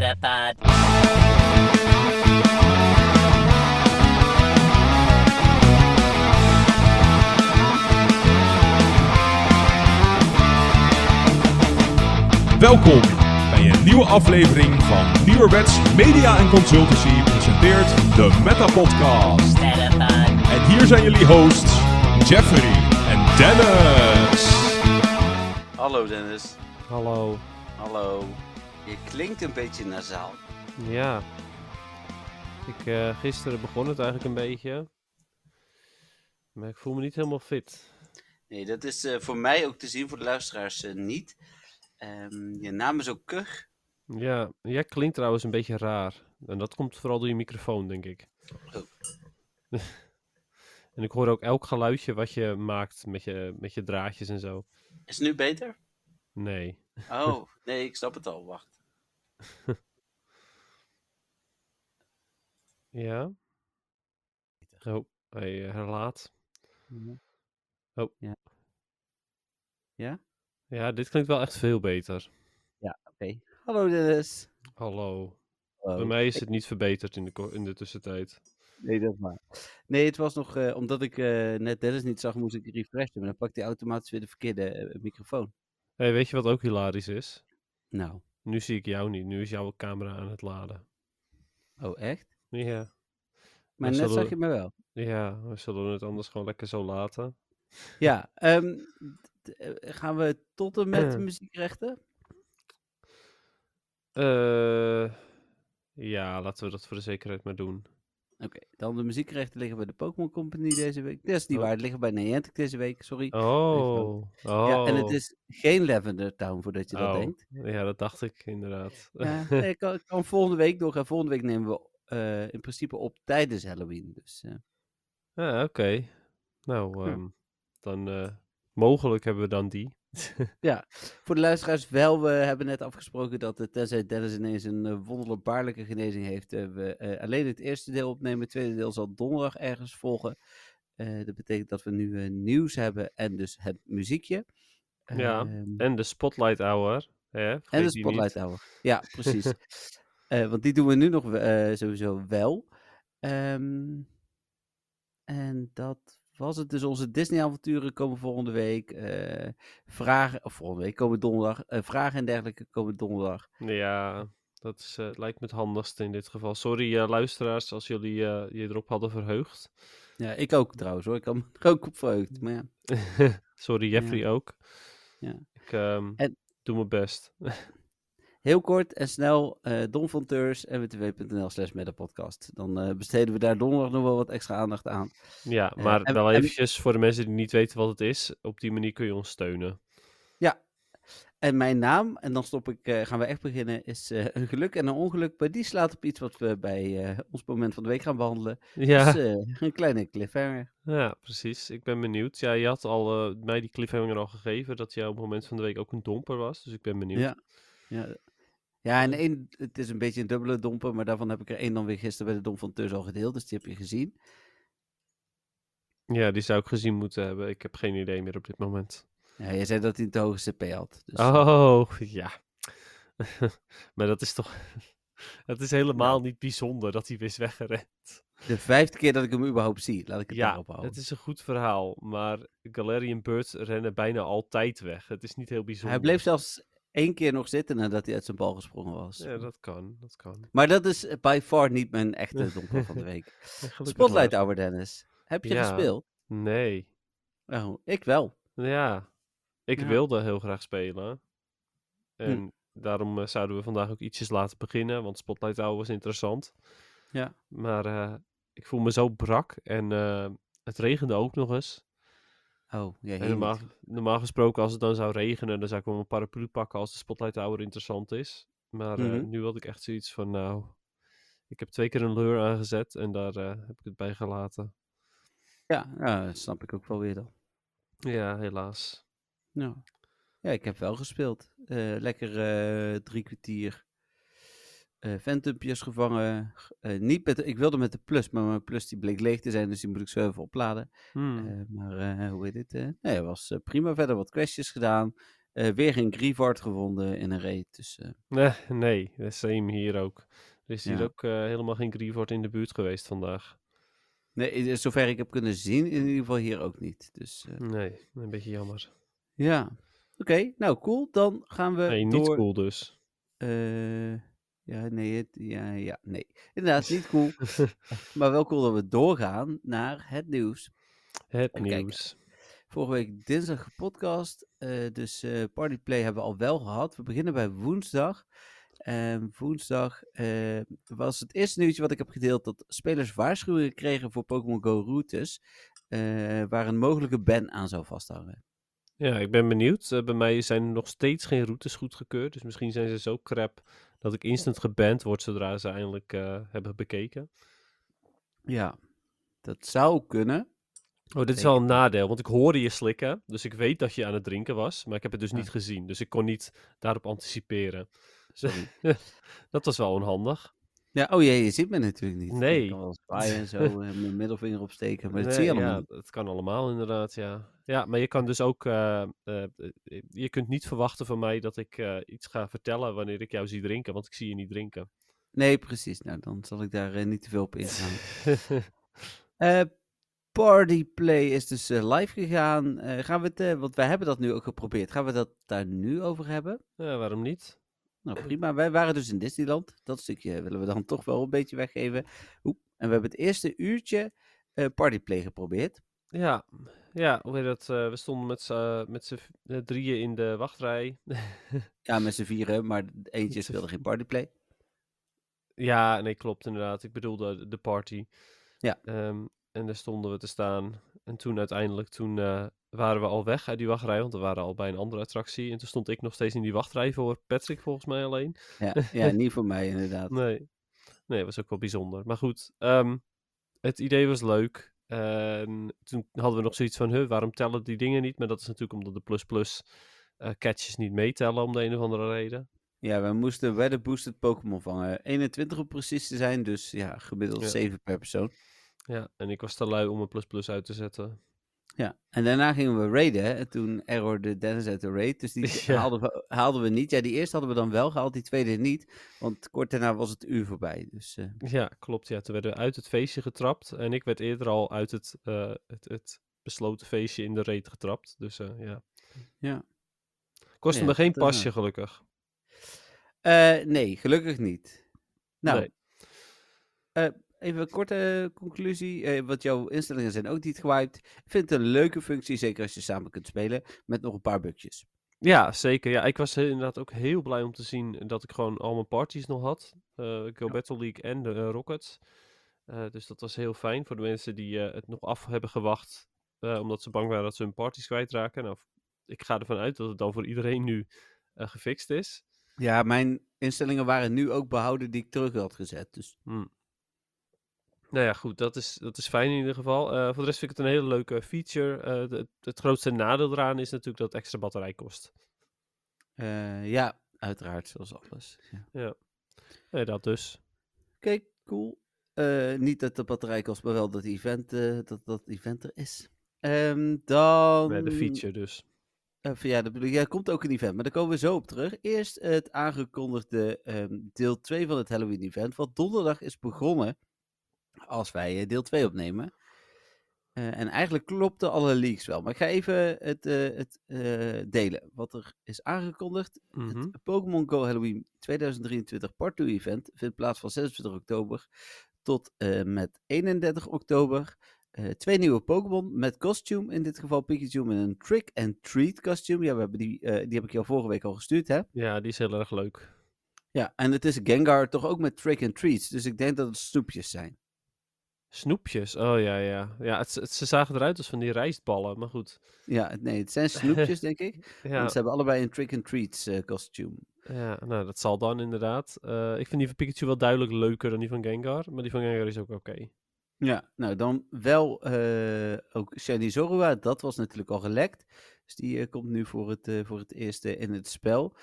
Welkom bij een nieuwe aflevering van Nieuwerwets Media en Consultancy presenteert de Meta Podcast. En hier zijn jullie hosts Jeffrey en Dennis. Hallo Dennis. Hallo. Hallo. Je klinkt een beetje nasaal. Ja. Gisteren begon het eigenlijk een beetje. Maar ik voel me niet helemaal fit. Nee, dat is voor mij ook te zien, voor de luisteraars niet. Je naam is ook Kug. Ja, jij klinkt trouwens een beetje raar. En dat komt vooral door je microfoon, denk ik. Oh. En ik hoor ook elk geluidje wat je maakt met je draadjes en zo. Is het nu beter? Nee. Oh, nee, ik snap het al. Wacht. Ja? Oh, hij herlaat. Oh. Ja? Ja? Ja, dit klinkt wel echt veel beter. Ja, oké. Hallo Dennis. Hallo. Hallo. Bij mij is het niet verbeterd in de tussentijd. Nee, dat is waar. Nee, het was nog, omdat ik net Dennis niet zag, moest ik refreshen. Maar dan pakt hij automatisch weer de verkeerde microfoon. Hey, weet je wat ook hilarisch is? Nou. Nu zie ik jou niet. Nu is jouw camera aan het laden. Oh, echt? Ja. Maar net zag je me wel. Ja, we zullen het anders gewoon lekker zo laten. Ja, gaan we tot en met de muziekrechten? Ja, laten we dat voor de zekerheid maar doen. Oké, dan de muziekrechten liggen bij de Pokémon Company deze week. Dat is niet waar, het liggen bij Niantic deze week, sorry. Oh. Ja, en het is geen Lavender Town, voordat je dat denkt. Ja, dat dacht ik inderdaad. Ja, nee, kan volgende week nog. En volgende week nemen we in principe op tijdens Halloween. Dus, Oké. Nou, dan mogelijk hebben we dan die. Ja, voor de luisteraars wel. We hebben net afgesproken dat tenzij Dennis ineens een wonderbaarlijke genezing heeft, we alleen het eerste deel opnemen. Het tweede deel zal donderdag ergens volgen. Dat betekent dat we nu nieuws hebben en dus het muziekje. Ja, en de Spotlight Hour. Hè? En de Spotlight Hour. Ja, precies. Want die doen we nu nog sowieso wel. En dat was het. Dus onze Disney-avonturen komen volgende week. Volgende week komen donderdag. Vragen en dergelijke komen donderdag. Ja, dat lijkt me het handigste in dit geval. Sorry luisteraars als jullie je erop hadden verheugd. Ja, ik ook trouwens hoor. Ik had me er ook op verheugd. Maar ja. Sorry, Jeffrey ook. Ja. Ik doe mijn best. Heel kort en snel, Don van Teurs, mwtw.nl/metapodcast. Dan besteden we daar donderdag nog wel wat extra aandacht aan. Ja, maar wel eventjes voor de mensen die niet weten wat het is. Op die manier kun je ons steunen. Ja, en mijn naam, en dan gaan we echt beginnen, is een geluk en een ongeluk. Maar die slaat op iets wat we bij ons moment van de week gaan behandelen. Ja. Dus een kleine cliffhanger. Ja, precies. Ik ben benieuwd. Ja, je had al mij die cliffhanger al gegeven dat jouw moment van de week ook een domper was. Dus ik ben benieuwd. Ja, en het is een beetje een dubbele domper, maar daarvan heb ik er één dan weer gisteren bij de Dom van Teurs al gedeeld. Dus die heb je gezien. Ja, die zou ik gezien moeten hebben. Ik heb geen idee meer op dit moment. Ja, jij zei dat hij een te hoge CP had. Dus, ja. Maar dat is toch... Het is helemaal niet bijzonder dat hij weer is weggerend. De 5e keer dat ik hem überhaupt zie, laat ik het daarop houden. Ja, het is een goed verhaal. Maar Galarian Birds rennen bijna altijd weg. Het is niet heel bijzonder. Hij bleef zelfs 1 keer nog zitten nadat hij uit zijn bal gesprongen was. Ja, dat kan. Maar dat is by far niet mijn echte domper van de week. Spotlight Hour, Dennis. Heb je gespeeld? Nee. Oh, ik wel. Ja, ik wilde heel graag spelen. En daarom zouden we vandaag ook ietsjes laten beginnen, want Spotlight Hour was interessant. Ja. Maar ik voel me zo brak en het regende ook nog eens. Oh, ja, en normaal gesproken, als het dan zou regenen, dan zou ik wel een paraplu pakken als de Spotlight Hour interessant is. Maar nu had ik echt zoiets van, nou, ik heb 2 keer een leur aangezet en daar heb ik het bij gelaten. Ja, dat snap ik ook wel weer dan. Ja, helaas. Ja, ik heb wel gespeeld. Lekker 3 kwartier Phantompjes gevangen. Ik wilde met de plus, maar mijn plus die bleek leeg te zijn, dus die moet ik zo even opladen. Maar hoe heet het? Nee, het was prima. Verder wat questjes gedaan. Weer geen Grievard gevonden in een raid. Dus, Nee, same hier ook. Er is hier Ja. ook helemaal geen Grievard in de buurt geweest vandaag. nee, zover ik heb kunnen zien, in ieder geval hier ook niet. Dus Nee, een beetje jammer. ja. Oké, nou cool. Dan gaan we Nee, niet door. cool dus. Nee. Inderdaad, niet cool. Maar wel cool dat we doorgaan naar het nieuws. Het Even kijken. nieuws. Vorige week dinsdag gepodcast. Dus Partyplay hebben we al wel gehad. We beginnen bij woensdag. Woensdag was het eerste nieuwtje wat ik heb gedeeld dat spelers waarschuwingen kregen voor Pokémon Go routes. Waar een mogelijke ban aan zou vasthangen. Ja, ik ben benieuwd. Bij mij zijn nog steeds geen routes goedgekeurd. Dus misschien zijn ze zo crap dat ik instant geband word zodra ze eindelijk hebben bekeken. Ja, dat zou kunnen. Oh, dit is wel een nadeel, want ik hoorde je slikken. Dus ik weet dat je aan het drinken was. Maar ik heb het dus niet gezien. Dus ik kon niet daarop anticiperen. Sorry. Dat was wel onhandig. Ja, oh jee, je ziet me natuurlijk niet. Nee. Ik kan wel zwaaien en zo en mijn middelvinger opsteken, maar dat zie je allemaal niet. Dat kan allemaal inderdaad, ja. Ja, maar je kan dus ook... je kunt niet verwachten van mij dat ik iets ga vertellen wanneer ik jou zie drinken. Want ik zie je niet drinken. Nee, precies. Nou, dan zal ik daar niet te veel op ingaan. Partyplay is dus live gegaan. Gaan we het, want wij hebben dat nu ook geprobeerd. Gaan we dat daar nu over hebben? Ja, waarom niet? Nou, prima. Wij waren dus in Disneyland. Dat stukje willen we dan toch wel een beetje weggeven. En we hebben het eerste uurtje Partyplay geprobeerd. Ja, hoe heet dat? We stonden met z'n drieën in de wachtrij. Ja, met z'n vieren, maar eentje speelde geen Partyplay. Ja, nee, klopt inderdaad. Ik bedoelde de party. Ja. En daar stonden we te staan. En toen uiteindelijk, waren we al weg uit die wachtrij, want we waren al bij een andere attractie. En toen stond ik nog steeds in die wachtrij voor Patrick, volgens mij alleen. Ja, niet voor mij inderdaad. Nee, dat was ook wel bijzonder. Maar goed, het idee was leuk. Toen hadden we nog zoiets van, waarom tellen die dingen niet? Maar dat is natuurlijk omdat de plus catches niet meetellen om de een of andere reden. Ja, we moesten bij de boosted Pokémon vangen. 21 om precies te zijn, dus ja, gemiddeld 7 per persoon. Ja, en ik was te lui om een plus uit te zetten. Ja, en daarna gingen we raiden en toen errorde Dennis uit de raid, dus die haalden we niet. Ja, die eerste hadden we dan wel gehaald, die tweede niet, want kort daarna was het uur voorbij. Dus, Ja, klopt. Ja, toen werden we uit het feestje getrapt en ik werd eerder al uit het besloten feestje in de raid getrapt. Dus ja. Kostte me geen pasje, gelukkig. Nee, gelukkig niet. Nou, nee. Even een korte conclusie, want jouw instellingen zijn ook niet gewiped. Ik vind het een leuke functie, zeker als je samen kunt spelen, met nog een paar bugjes. Ja, zeker. Ja, ik was inderdaad ook heel blij om te zien dat ik gewoon al mijn parties nog had. Go Battle League en de Rockets. Dus dat was heel fijn voor de mensen die het nog af hebben gewacht, omdat ze bang waren dat ze hun parties kwijtraken. Nou, ik ga ervan uit dat het dan voor iedereen nu gefixt is. Ja, mijn instellingen waren nu ook behouden die ik terug had gezet. Dus. Nou ja, goed, dat is fijn in ieder geval. Voor de rest vind ik het een hele leuke feature. Het grootste nadeel eraan is natuurlijk dat het extra batterij kost. Ja, uiteraard, zoals alles. Ja. Nee, dat dus. Oké, cool. Niet dat de batterij kost, maar wel dat event, dat event er is. Dan... Nee, de feature dus. Er komt ook een event, maar daar komen we zo op terug. Eerst het aangekondigde deel 2 van het Halloween event, wat donderdag is begonnen als wij deel 2 opnemen. En eigenlijk klopten alle leaks wel. Maar ik ga even het delen. Wat er is aangekondigd. Het Pokémon Go Halloween 2023 Part 2 event vindt plaats van 26 oktober tot met 31 oktober. 2 nieuwe Pokémon met costume. In dit geval Pikachu met een trick-and-treat costume. Ja, we hebben die heb ik jou vorige week al gestuurd, hè? Ja, die is heel erg leuk. Ja, en het is Gengar toch ook met trick-and-treats. Dus ik denk dat het snoepjes zijn. Snoepjes? Oh ja. Ja, ze zagen eruit als van die rijstballen, maar goed. Ja, nee, het zijn snoepjes, denk ik. Ja. Want ze hebben allebei een trick-and-treats costume. Ja, nou, dat zal dan inderdaad. Ik vind die van Pikachu wel duidelijk leuker dan die van Gengar, maar die van Gengar is ook oké. Ja, nou dan wel ook Shiny Zorua, dat was natuurlijk al gelekt. Dus die komt nu voor het eerste in het spel.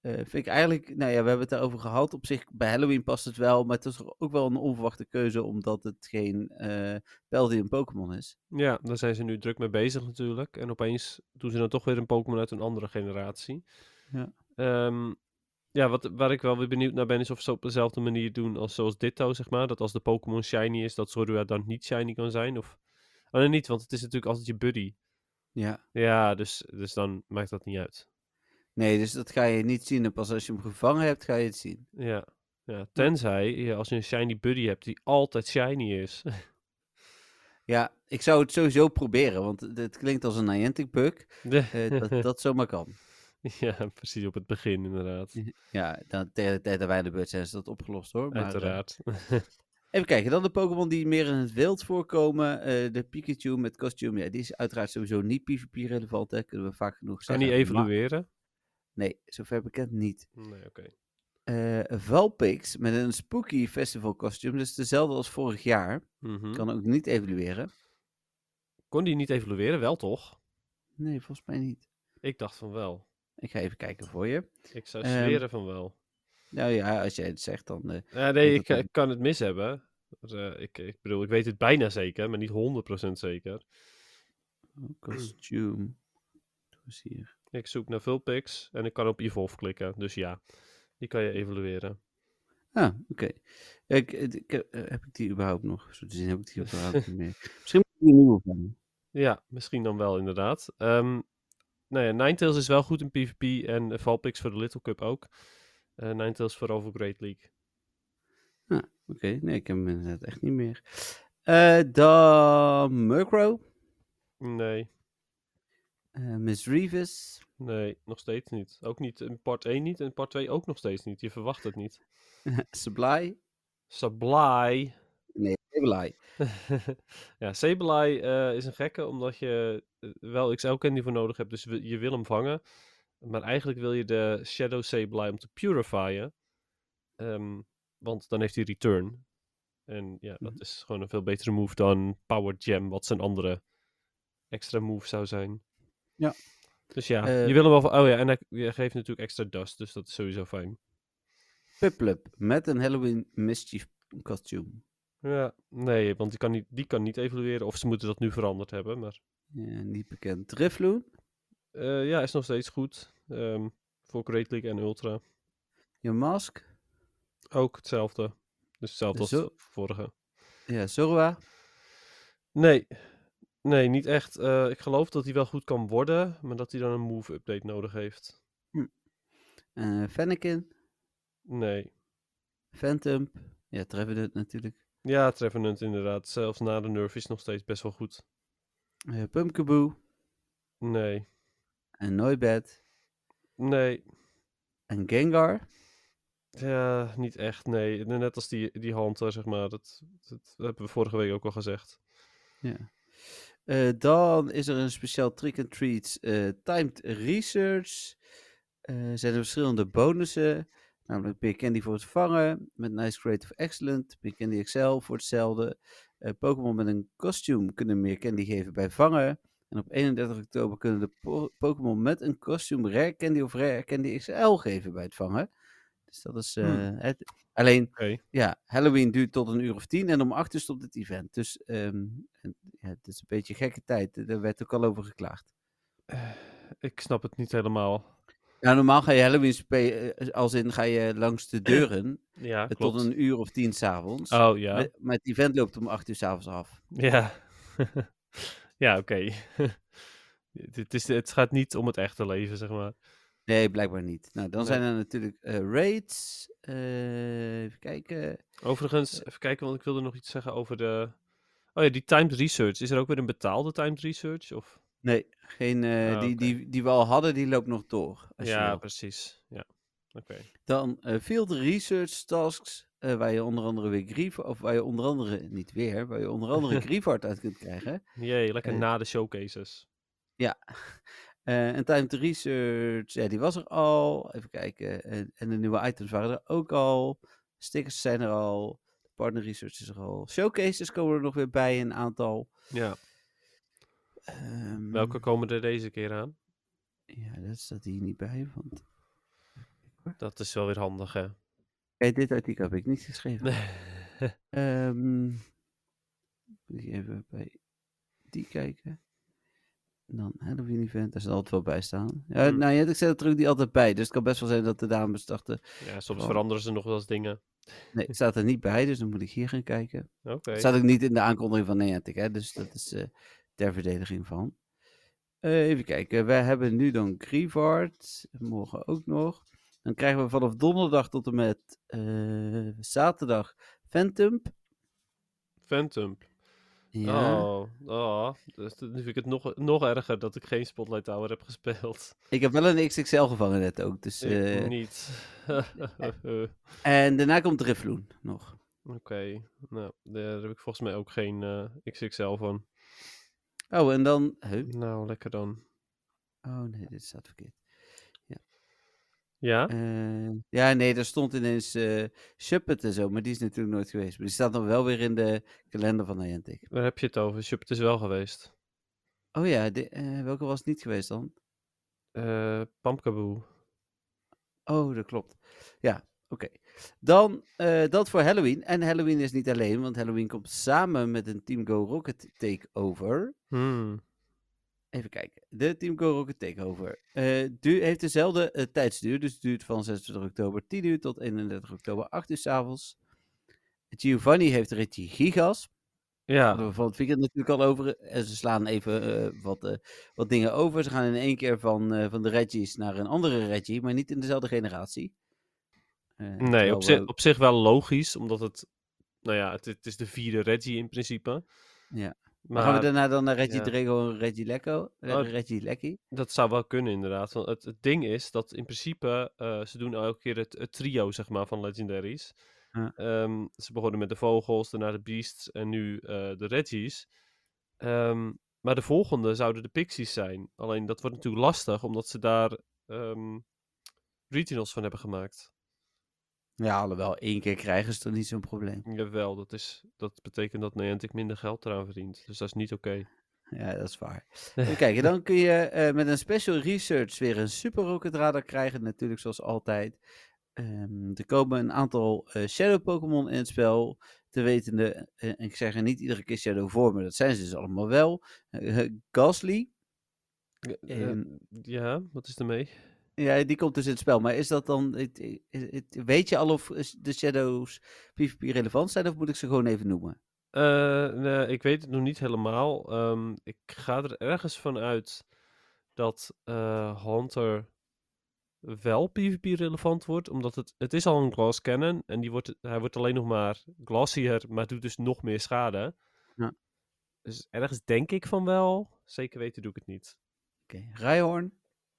vind ik eigenlijk... Nou ja, we hebben het daarover gehad. Op zich, bij Halloween past het wel. Maar het is ook wel een onverwachte keuze. Omdat het geen Paldean Pokémon is. Ja, daar zijn ze nu druk mee bezig natuurlijk. En opeens doen ze dan toch weer een Pokémon uit een andere generatie. Ja. Ja, waar ik wel weer benieuwd naar ben, is of ze op dezelfde manier doen als zoals Ditto, zeg maar. Dat als de Pokémon shiny is, dat Zorua dan niet shiny kan zijn. Of... Oh nee, niet, want het is natuurlijk altijd je buddy. Ja. Ja, dus dan maakt dat niet uit. Nee, dus dat ga je niet zien. En pas als je hem gevangen hebt, ga je het zien. Ja, tenzij als je een shiny buddy hebt die altijd shiny is. Ja, ik zou het sowieso proberen. Want het klinkt als een Niantic bug. Dat zomaar kan. Ja, precies op het begin inderdaad. Ja, dan tegen de tijd dat wij aan de beurt zijn, is dat opgelost hoor. Maar, Uiteraard. even kijken, dan de Pokémon die meer in het wild voorkomen. De Pikachu met kostuum, ja, die is uiteraard sowieso niet PvP-relevant. Hè, kunnen we vaak genoeg Kan zeggen. die evolueren? Nee, zover bekend niet. Nee, oké. Vulpix met een Spooky Festival kostuum, dus dezelfde als vorig jaar. Kan ook niet evolueren. Kon die niet evolueren? Wel toch? Nee, volgens mij niet. Ik dacht van wel. Ik ga even kijken voor je. Ik zou zweren van wel. Nou ja, als jij het zegt, dan... nee, ik kan het mis hebben. Ik bedoel, ik weet het bijna zeker, maar niet 100% zeker. Kostuum. Dus hier. Ik zoek naar Vulpix en ik kan op Evolve klikken. Dus ja, die kan je evolueren. Ah, oké. Heb ik die überhaupt nog? Zo te zien heb ik die überhaupt niet meer. Misschien moet ik die nieuwe vangen. Ja, misschien dan wel inderdaad. Nou ja, Ninetales is wel goed in PvP en Vulpix voor de Little Cup ook. Ninetales vooral voor Great League. Ah, oké. Nee, ik heb hem inderdaad echt niet meer. Dan Murkrow. Nee. Misdreavus. Nee, nog steeds niet. Ook niet in part 1 niet en part 2 ook nog steeds niet. Je verwacht het niet. Sableye. Sableye. Nee, Sableye. Ja, Sableye is een gekke, omdat je wel XL candy voor nodig hebt, dus je wil hem vangen. Maar eigenlijk wil je de Shadow Sableye om te purifyen. Want dan heeft hij return. En ja, dat is gewoon een veel betere move dan Power Gem, wat zijn andere extra move zou zijn. Ja. Dus ja, je wil hem wel... Oh ja, en hij geeft natuurlijk extra dust, dus dat is sowieso fijn. Piplup met een Halloween Mischief kostuum. Ja, nee, want die kan niet evolueren. Of ze moeten dat nu veranderd hebben, maar... Ja, niet bekend. Drifloon. Ja, is nog steeds goed. Voor Great League en Ultra. Je Mask. Ook hetzelfde. Dus hetzelfde als de vorige. Ja, Zorua. Nee, niet echt. Ik geloof dat hij wel goed kan worden, maar dat hij dan een move-update nodig heeft. Fennekin. Nee. Phantom. Ja, Trevenant natuurlijk. Ja, Trevenant inderdaad. Zelfs na de nerf is nog steeds best wel goed. Pumpkaboo. Nee. En Noibat. Nee. En Gengar. Ja, niet echt, nee. Net als die Hunter, zeg maar. Dat hebben we vorige week ook al gezegd. Ja. Dan is er een speciaal Trick and Treats Timed Research. Zijn er verschillende bonussen. Namelijk Big Candy voor het vangen. Met Nice Creative Excellent. Big Candy XL voor hetzelfde. Pokémon met een kostuum kunnen meer candy geven bij vangen. En op 31 oktober kunnen de Pokémon met een kostuum Rare Candy of Rare Candy XL geven bij het vangen. Dus dat is het. Alleen, ja, Halloween duurt tot 1:10 en om 8 stopt het event. Dus het is een beetje een gekke tijd. Daar werd ook al over geklaagd. Ik snap het niet helemaal. Ja, normaal ga je Halloween spelen, als in ga je langs de deuren tot 1:10 s'avonds. Oh, ja. Maar het event loopt om 8 uur s'avonds af. Ja. Ja, oké. Het gaat niet om het echte leven, zeg maar. Nee, blijkbaar niet. Nou, dan zijn er natuurlijk raids. Even kijken. Overigens, even kijken, want ik wilde nog iets zeggen over de... Oh ja, die timed research. Is er ook weer een betaalde timed research? Of... Nee, geen, die we al hadden, die loopt nog door. Ja, precies. Ja, oké. Dan field research tasks, waar je onder andere weer Grief, of waar je onder andere, niet weer, waar je onder andere Griefhard uit kunt krijgen. Jee, lekker na de showcases. Ja. En timed research, ja, die was er al. Even kijken. En de nieuwe items waren er ook al. Stickers zijn er al. Partner research is er al. Showcases komen er nog weer bij, een aantal. Ja. Welke komen er deze keer aan? Ja, dat staat hier niet bij, want hoor. Dat is wel weer handig, hè? Kijk, dit artikel heb ik niet geschreven. Moet ik even bij die kijken. En dan Halloween event, daar zal altijd wel bij staan. Ja, nou, ik zet er ook niet altijd bij, dus het kan best wel zijn dat de dames dachten... Ja, soms veranderen ze nog wel eens dingen. Nee, het staat er niet bij, dus dan moet ik hier gaan kijken. Oké. Het staat ook niet in de aankondiging van Niantic, hè, dus dat is ter verdediging van. Even kijken, wij hebben nu dan Grievard, morgen ook nog. Dan krijgen we vanaf donderdag tot en met zaterdag Phantump. Ja. Dus nu vind ik het nog erger dat ik geen Spotlight Tower heb gespeeld. Ik heb wel een XXL gevangen net ook, dus... Ik niet. En daarna komt Drifloon nog. Oké, nou, daar heb ik volgens mij ook geen XXL van. Oh, en dan... Nou, lekker dan. Oh nee, dit staat verkeerd. Ja? Ja, nee, daar stond ineens Shuppet en zo, maar die is natuurlijk nooit geweest. Maar die staat nog wel weer in de kalender van Niantic. Waar heb je het over? Shuppet is wel geweest. Oh ja, welke was het niet geweest dan? Pumpkaboo. Oh, dat klopt. Ja, oké. Dan dat voor Halloween. En Halloween is niet alleen, want Halloween komt samen met een Team Go Rocket Takeover. Even kijken. De Team Go Rocket Takeover heeft dezelfde tijdsduur. Dus het duurt van 26 oktober 10 uur tot 31 oktober 8 uur 's avonds. Giovanni heeft Reggie Gigas. Ja. Daar hadden we van het weekend natuurlijk al over. En ze slaan even wat dingen over. Ze gaan in één keer van de Reggies naar een andere Reggie, maar niet in dezelfde generatie. Nee, op zich wel logisch, omdat het... Nou ja, het is de 4e Reggie in principe. Ja. Maar gaan we daarna dan naar Reggie Drago en Reggie Lecco? Oh, Reggie Lecky? Dat zou wel kunnen, inderdaad. Want het ding is dat in principe... ze doen elke keer het trio, zeg maar, van Legendaries. Ja. Ze begonnen met de vogels, daarna de beasts en nu de Reggies. Maar de volgende zouden de pixies zijn. Alleen dat wordt natuurlijk lastig, omdat ze daar regionals van hebben gemaakt. Ja, alhoewel 1 keer krijgen is toch niet zo'n probleem. Jawel, dat betekent dat Niantic minder geld eraan verdient. Dus dat is niet oké. Ja, dat is waar. Even kijken, dan kun je met een special research weer een Super Rocket Radar krijgen. Natuurlijk zoals altijd. Er komen een aantal Shadow Pokémon in het spel. Te wetende, en ik zeg er niet iedere keer Shadow voor, maar dat zijn ze dus allemaal wel. Gastly. Ja, wat is ermee? Ja, die komt dus in het spel. Maar is dat dan... weet je al of de Shadows PvP relevant zijn? Of moet ik ze gewoon even noemen? Nee, ik weet het nog niet helemaal. Ik ga er ergens van uit dat Hunter wel PvP relevant wordt. Omdat het is al een Glass Cannon. En hij wordt alleen nog maar glossier, maar doet dus nog meer schade. Ja. Dus ergens denk ik van wel. Zeker weten doe ik het niet. Oké, Rhyhorn?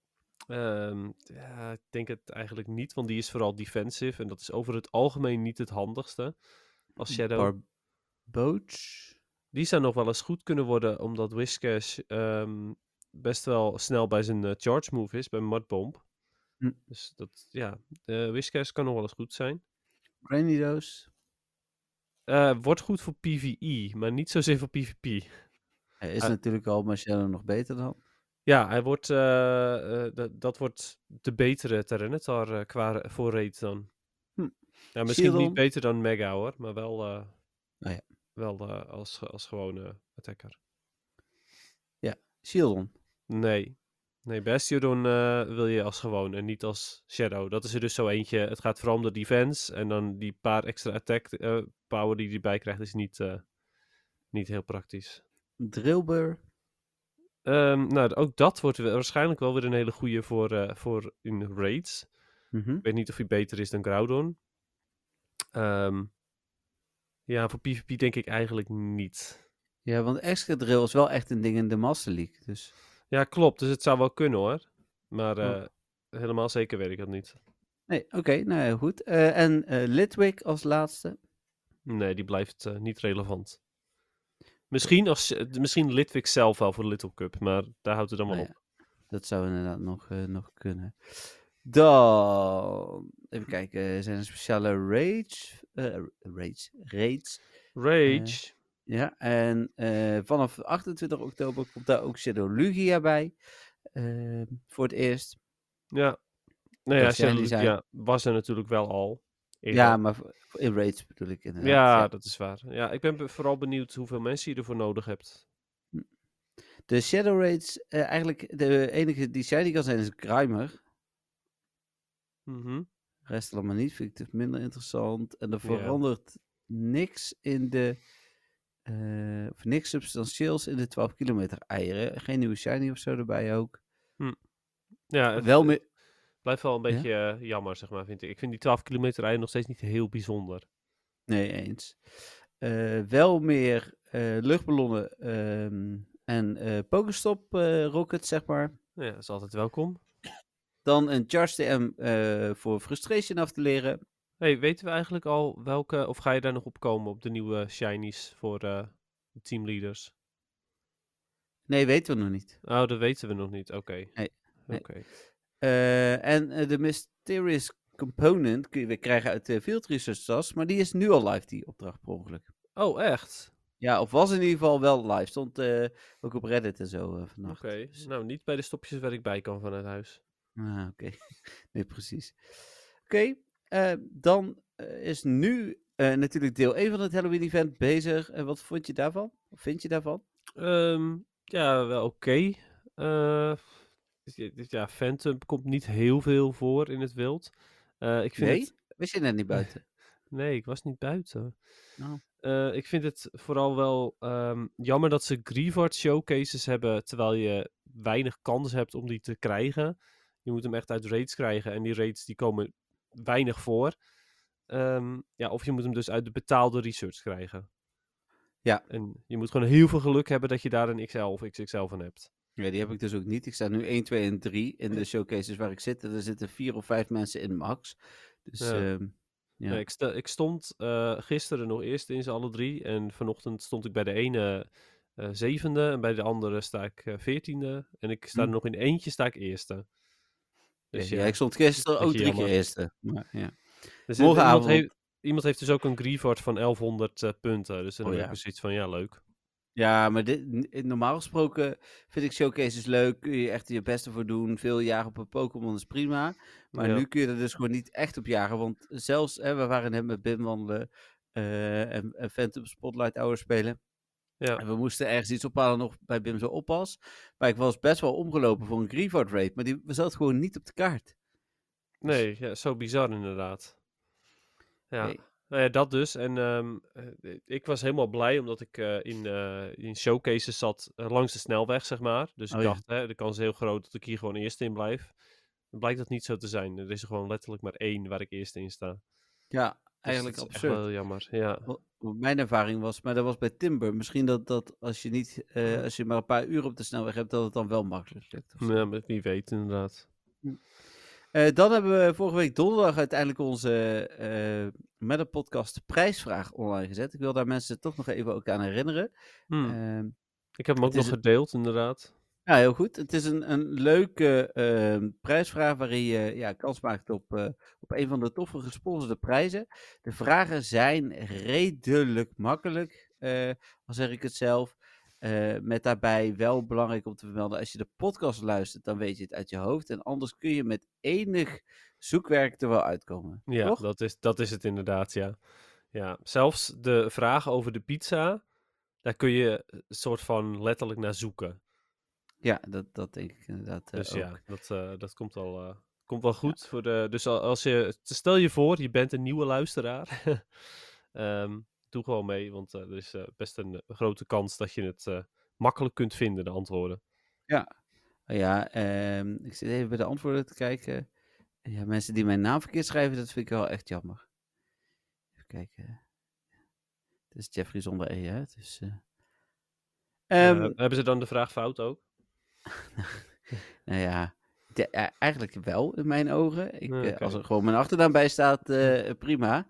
Ja, ik denk het eigenlijk niet, want die is vooral defensive. En dat is over het algemeen niet het handigste als Shadow. Barboach? Die zou nog wel eens goed kunnen worden, omdat Whiscash best wel snel bij zijn charge move is, bij Mudbomb. Dus dat, ja, Whiscash kan nog wel eens goed zijn. Granidos? Wordt goed voor PvE, maar niet zozeer voor PvP. Hij is natuurlijk al, maar Shadow nog beter dan. Ja, hij wordt, dat wordt de betere Tyranitar voor raid dan. Ja, misschien niet beter dan Mega hoor, maar wel, wel als gewone attacker. Ja, Shieldon. Nee, Bastiodon wil je als gewoon en niet als Shadow. Dat is er dus zo eentje. Het gaat vooral om de defense en dan die paar extra attack power die hij erbij krijgt is niet heel praktisch. Drillbur? Nou, ook dat wordt waarschijnlijk wel weer een hele goede voor in raids. Ik weet niet of hij beter is dan Groudon. Ja, voor PvP denk ik eigenlijk niet. Ja, want Excadrill is wel echt een ding in de Master League. Dus... Ja, klopt. Dus het zou wel kunnen hoor. Maar helemaal zeker weet ik dat niet. Nee, oké, nou ja, goed. En Litwick als laatste? Nee, die blijft niet relevant. Misschien Litwick zelf wel voor de Little Cup, maar daar houdt het dan wel op. Dat zou inderdaad nog kunnen. Dan, even kijken, zijn er speciale raids? Rage? Ja, en vanaf 28 oktober komt daar ook Shadow Lugia bij. Voor het eerst. Ja. Nou ja, shiny zijn. was er natuurlijk wel al. Eerder. Ja, maar in raids bedoel ik inderdaad. Ja, dat is waar. Ja, ik ben vooral benieuwd hoeveel mensen je ervoor nodig hebt. De Shadow Raids, eigenlijk de enige die shiny kan zijn is Grimer. Mhm. De rest allemaal niet, vind ik het minder interessant. En er verandert niks in de... of niks substantieels in de 12 kilometer eieren. Geen nieuwe shiny of zo erbij ook. Ja, het blijft wel een beetje jammer, zeg maar, vind ik. Ik vind die 12 kilometer eieren nog steeds niet heel bijzonder. Nee, eens. Wel meer luchtballonnen en Pokestop rockets, zeg maar. Ja, dat is altijd welkom. Dan een Charge TM voor Frustration af te leren. Hey, weten we eigenlijk al welke, of ga je daar nog op komen op de nieuwe shinies voor de teamleaders? Nee, weten we nog niet. Oh, dat weten we nog niet. Oké. Nee. Oké. En de Mysterious Component kun je weer krijgen uit de Field Research tas, maar die is nu al live, die opdracht per ongeluk. Oh, echt? Ja, of was in ieder geval wel live. Stond ook op Reddit en zo vannacht. Oké. Dus... Nou, niet bij de stopjes waar ik bij kan vanuit huis. Ah, oké. Nee, precies. Oké, dan is nu natuurlijk deel 1 van het Halloween-event bezig. Wat vond je daarvan? Of vind je daarvan? Ja, wel oké. Ja, Phantom komt niet heel veel voor in het wild. Ik vind Nee? Wist je net niet buiten? Nee, ik was niet buiten. Oh. Ik vind het vooral wel jammer dat ze Grievard showcases hebben, terwijl je weinig kans hebt om die te krijgen. Je moet hem echt uit raids krijgen en die raids die komen weinig voor. Of je moet hem dus uit de betaalde research krijgen. Ja. En je moet gewoon heel veel geluk hebben dat je daar een XL of XXL van hebt. Ja, die heb ik dus ook niet. Ik sta nu 1, 2 en 3 in de showcases waar ik zit. Er zitten 4 of 5 mensen in max. Dus ja. Ja, ik stond gisteren nog eerst in ze alle 3. En vanochtend stond ik bij de ene 7e en bij de andere sta ik 14e. En ik sta er nog in eentje, sta ik eerste. Dus ja, ik stond gisteren ook 3 keer eerste. Maar, ja. Dus morgenavond... iemand heeft dus ook een Grievard van 1100 punten. Dus dan heb ik zoiets van, ja, leuk. Ja, maar normaal gesproken vind ik showcases leuk. Kun je echt je beste voor doen. Veel jagen op een Pokémon is prima. Maar nu kun je er dus gewoon niet echt op jagen. Want zelfs, we waren net met Bim wandelen en Phantom Spotlight Hour spelen. Ja. En we moesten ergens iets ophalen nog bij Bim zo oppas. Maar ik was best wel omgelopen voor een Grievard raid. Maar we zat gewoon niet op de kaart. Nee, ja, zo bizar inderdaad. Ja. Nee. Nou ja, dat dus. En ik was helemaal blij omdat ik in showcases zat langs de snelweg, zeg maar. Dus ik dacht, de kans is heel groot dat ik hier gewoon eerst in blijf. Dan blijkt dat niet zo te zijn. Er is er gewoon letterlijk maar 1 waar ik eerst in sta. Ja, dus eigenlijk dat is absurd. echt wel jammer, ja. Mijn ervaring was, maar dat was bij Timber. Misschien dat als je niet, als je maar een paar uur op de snelweg hebt, dat het dan wel makkelijk lukt. Ja, maar wie weet inderdaad. Dan hebben we vorige week donderdag uiteindelijk onze met een podcast prijsvraag online gezet. Ik wil daar mensen toch nog even ook aan herinneren. Ik heb hem ook nog gedeeld, inderdaad. Ja, heel goed. Het is een leuke prijsvraag waarin je kans maakt op een van de toffe gesponsorde prijzen. De vragen zijn redelijk makkelijk, al zeg ik het zelf. Met daarbij wel belangrijk om te vermelden, als je de podcast luistert, dan weet je het uit je hoofd. En anders kun je met enig zoekwerk er wel uitkomen. Ja, toch? Dat is het inderdaad, ja. Ja, zelfs de vragen over de pizza, daar kun je een soort van letterlijk naar zoeken. Ja, dat denk ik inderdaad dus ook. Ja, dat komt wel goed. Ja. Voor dus als stel je voor, je bent een nieuwe luisteraar. Doe gewoon mee, want er is best een grote kans dat je het makkelijk kunt vinden, de antwoorden. Ja, ik zit even bij de antwoorden te kijken. Ja, mensen die mijn naam verkeerd schrijven, dat vind ik wel echt jammer. Even kijken. Het is Jeffrey zonder E, hè? Dus, hebben ze dan de vraag fout ook? Nou ja, eigenlijk wel in mijn ogen. Als er gewoon mijn achternaam bij staat, prima.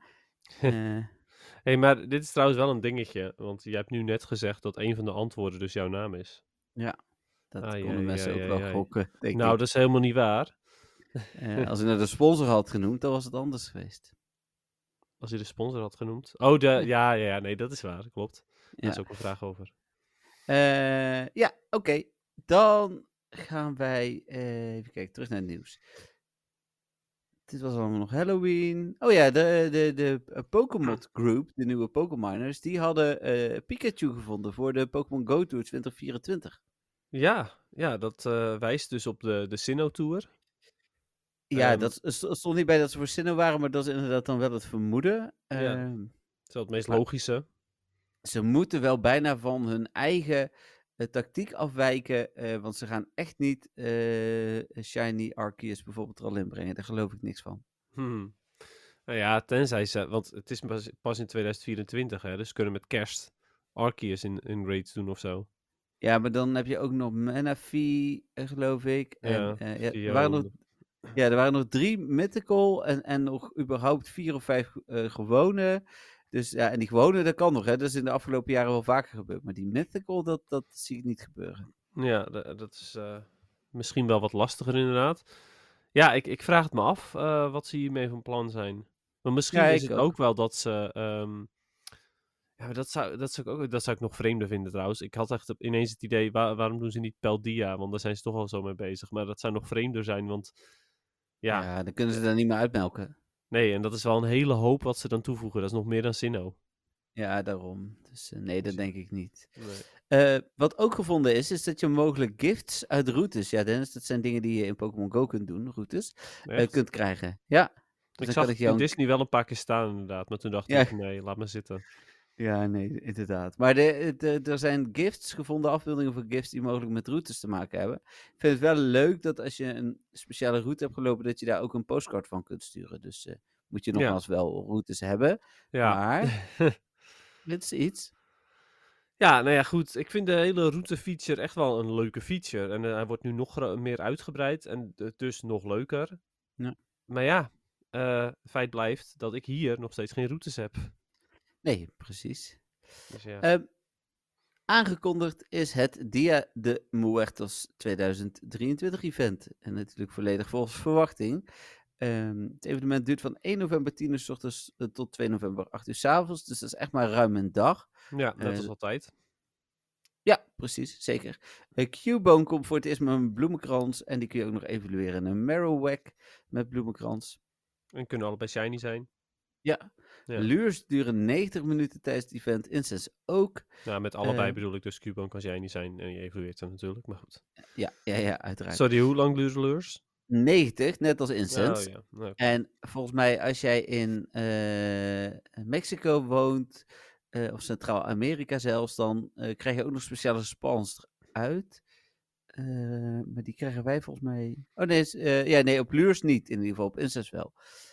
Hey, maar dit is trouwens wel een dingetje, want je hebt nu net gezegd dat een van de antwoorden dus jouw naam is. Ja, dat konden mensen ook wel gokken, denk ik. Nou, dat is helemaal niet waar. Als ik naar de sponsor had genoemd, dan was het anders geweest. Als je de sponsor had genoemd? Oh, nee, dat is waar, klopt. Daar is ook een vraag over. Oké. Dan gaan wij even kijken, terug naar het nieuws. Dit was allemaal nog Halloween. Oh ja, de Pokémon Group, de nieuwe Pokémoners, die hadden Pikachu gevonden voor de Pokémon Go Tour 2024. Ja, dat wijst dus op de Sinnoh Tour. Ja, dat stond niet bij dat ze voor Sinnoh waren, maar dat is inderdaad dan wel het vermoeden. Ja, dat is wel het meest logische. Ze moeten wel bijna van hun eigen tactiek afwijken, want ze gaan echt niet Shiny Arceus bijvoorbeeld er al in brengen. Daar geloof ik niks van. Nou ja, tenzij ze... Want het is pas in 2024, hè. Dus ze kunnen met kerst Arceus in raids doen of zo. Ja, maar dan heb je ook nog Manaphy, geloof ik. En, er waren nog 3 Mythical en nog überhaupt 4 of 5 gewone. Dus ja, en die gewone, dat kan nog, hè. Dat is in de afgelopen jaren wel vaker gebeurd. Maar die Mythical, dat zie ik niet gebeuren. Ja, dat is misschien wel wat lastiger inderdaad. Ja, ik vraag het me af wat ze hiermee van plan zijn. Maar misschien is het ook wel dat ze... ja, dat zou ik nog vreemder vinden trouwens. Ik had echt ineens het idee, waarom doen ze niet Paldea? Want daar zijn ze toch al zo mee bezig. Maar dat zou nog vreemder zijn, want... Ja, dan kunnen ze daar niet meer uitmelken. Nee, en dat is wel een hele hoop wat ze dan toevoegen. Dat is nog meer dan Sinnoh. Ja, daarom. Dus nee, dat denk ik niet. Nee. Wat ook gevonden is dat je mogelijk gifts uit routes... Ja, Dennis, dat zijn dingen die je in Pokémon Go kunt doen, routes. Kunt krijgen. Ja. Dus ik zag het in Disney wel een paar keer staan inderdaad. Maar toen dacht ik, nee, laat maar zitten. Ja, nee, inderdaad. Maar er zijn gifts gevonden, afbeeldingen van gifts die mogelijk met routes te maken hebben. Ik vind het wel leuk dat als je een speciale route hebt gelopen, dat je daar ook een postcard van kunt sturen. Dus moet je nogmaals wel routes hebben. Ja. Maar dit is iets. Ja, nou ja, goed. Ik vind de hele route-feature echt wel een leuke feature. En hij wordt nu nog meer uitgebreid en dus nog leuker. Ja. Maar ja, feit blijft dat ik hier nog steeds geen routes heb. Nee, precies. Dus ja. Aangekondigd is het Dia de Muertos 2023 event. En natuurlijk volledig volgens verwachting. Het evenement duurt van 1 november 10 uur 's ochtends tot 2 november 8 uur 's avonds. Dus dat is echt maar ruim een dag. Ja, net als altijd. Ja, precies, zeker. Cubone komt voor het eerst met een bloemenkrans. En die kun je ook nog evalueren in een Marowak met bloemenkrans. En kunnen allebei shiny zijn. Ja. Lures duren 90 minuten tijdens het event. Incense ook. Nou, met allebei bedoel ik dus Cubone kan shiny zijn. En je evalueert dan natuurlijk, maar goed. Ja, uiteraard. Sorry, hoe lang duren lures? 90, net als Incense. Oh, ja. Okay. En volgens mij als jij in Mexico woont, of Centraal-Amerika zelfs, dan krijg je ook nog speciale spawns eruit. Maar die krijgen wij volgens mij... Oh nee, op lures niet in ieder geval, op Incense wel.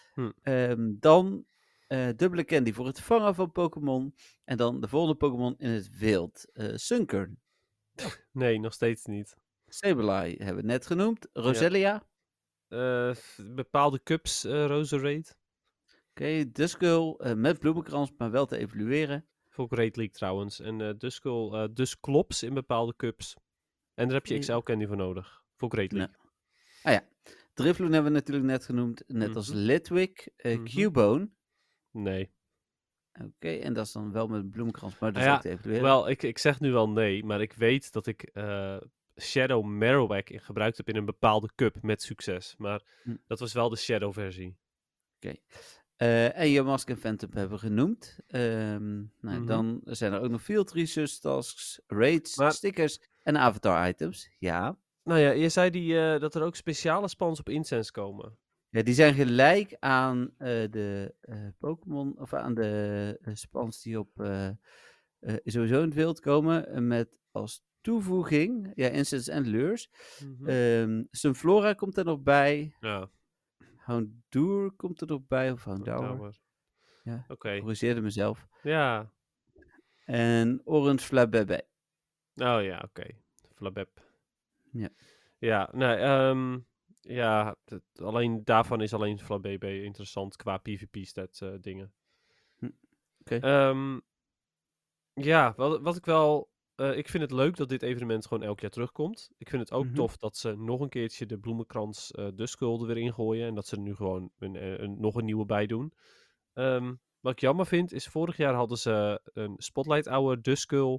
Dan dubbele candy voor het vangen van Pokémon. En dan de volgende Pokémon in het wild. Sunkern. Nee, nog steeds niet. Sableye hebben we net genoemd. Roselia. Bepaalde cups, Roserade. Oké, Duskull met bloemenkrans, maar wel te evalueren. Voor Great League trouwens. En Duskull, Dusclops in bepaalde cups. En daar heb je XL Candy voor nodig. Voor Great League. Ah ja. Drifloon hebben we natuurlijk net genoemd. Net als Litwick. Cubone. Nee. Oké, en dat is dan wel met bloemenkrans, maar dat is ook te evalueren. Wel, ik zeg nu wel nee, maar ik weet dat ik Shadow Marowak gebruikt heb in een bepaalde cup met succes. Maar dat was wel de Shadow versie. Oké. En Yamask en Phantom hebben we genoemd. Dan zijn er ook nog field research tasks, raids, stickers en avatar items. Ja. Nou ja, je zei dat er ook speciale spans op Incense komen. Ja, die zijn gelijk aan de Pokémon, of aan de spans die op sowieso in het wild komen. Met als toevoeging, Incense en lures. Sunflora komt er nog bij. Ja. Houndour komt er nog bij, of Houndour. Ja, oké. corrigeerde mezelf. Ja. En Orange Flabébé. Oh ja, oké. Flabeb. Ja. Ja, nee, alleen daarvan is alleen Flabébé interessant qua PvP-stat dingen. Oké. Ja, wat ik wel... ik vind het leuk dat dit evenement gewoon elk jaar terugkomt. Ik vind het ook tof dat ze nog een keertje de bloemenkrans Duskull er weer ingooien. En dat ze er nu gewoon nog een nieuwe bij doen. Wat ik jammer vind, is vorig jaar hadden ze een Spotlight Hour Duskull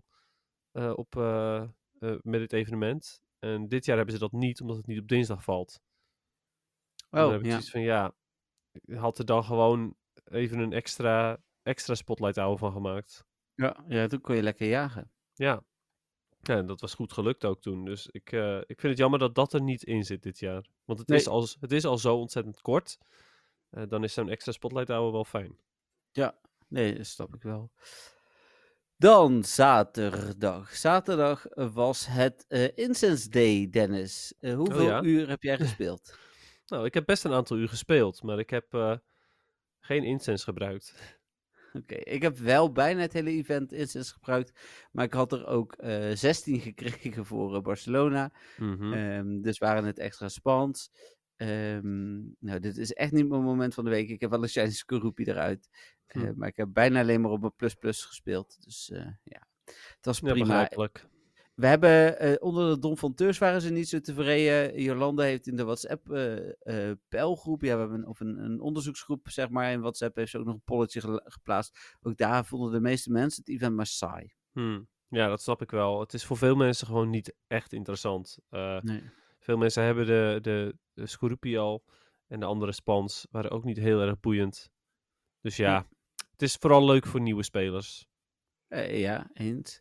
met dit evenement. En dit jaar hebben ze dat niet, omdat het niet op dinsdag valt. Dan heb ik zoiets van, had er dan gewoon even een extra Spotlight Hour van gemaakt. Ja, toen kon je lekker jagen. Ja. Ja, dat was goed gelukt ook toen. Dus ik vind het jammer dat dat er niet in zit dit jaar. Want het is al zo ontzettend kort. Dan is zo'n extra Spotlight Hour wel fijn. Ja, nee, dat snap ik wel. Dan zaterdag. Zaterdag was het Incense Day, Dennis. Hoeveel uur heb jij gespeeld? Nou, ik heb best een aantal uur gespeeld, maar ik heb geen incense gebruikt. Oké, ik heb wel bijna het hele event incense gebruikt, maar ik had er ook 16 gekregen voor Barcelona. Dus waren het extra spans. Nou, dit is echt niet mijn moment van de week. Ik heb wel een shiny Skorupi eruit. Maar ik heb bijna alleen maar op mijn plus gespeeld. Dus ja, het was prima. Begrijpelijk. We hebben onder de Don van Teurs waren ze niet zo tevreden. Jolanda heeft in de WhatsApp peilgroep, ja, we hebben een onderzoeksgroep, zeg maar, in WhatsApp heeft ze ook nog een polletje geplaatst. Ook daar vonden de meeste mensen het event maar saai. Ja, dat snap ik wel. Het is voor veel mensen gewoon niet echt interessant. Nee. Veel mensen hebben de Skorupi al en de andere spans waren ook niet heel erg boeiend. Dus ja, het is vooral leuk voor nieuwe spelers. Ja, eens.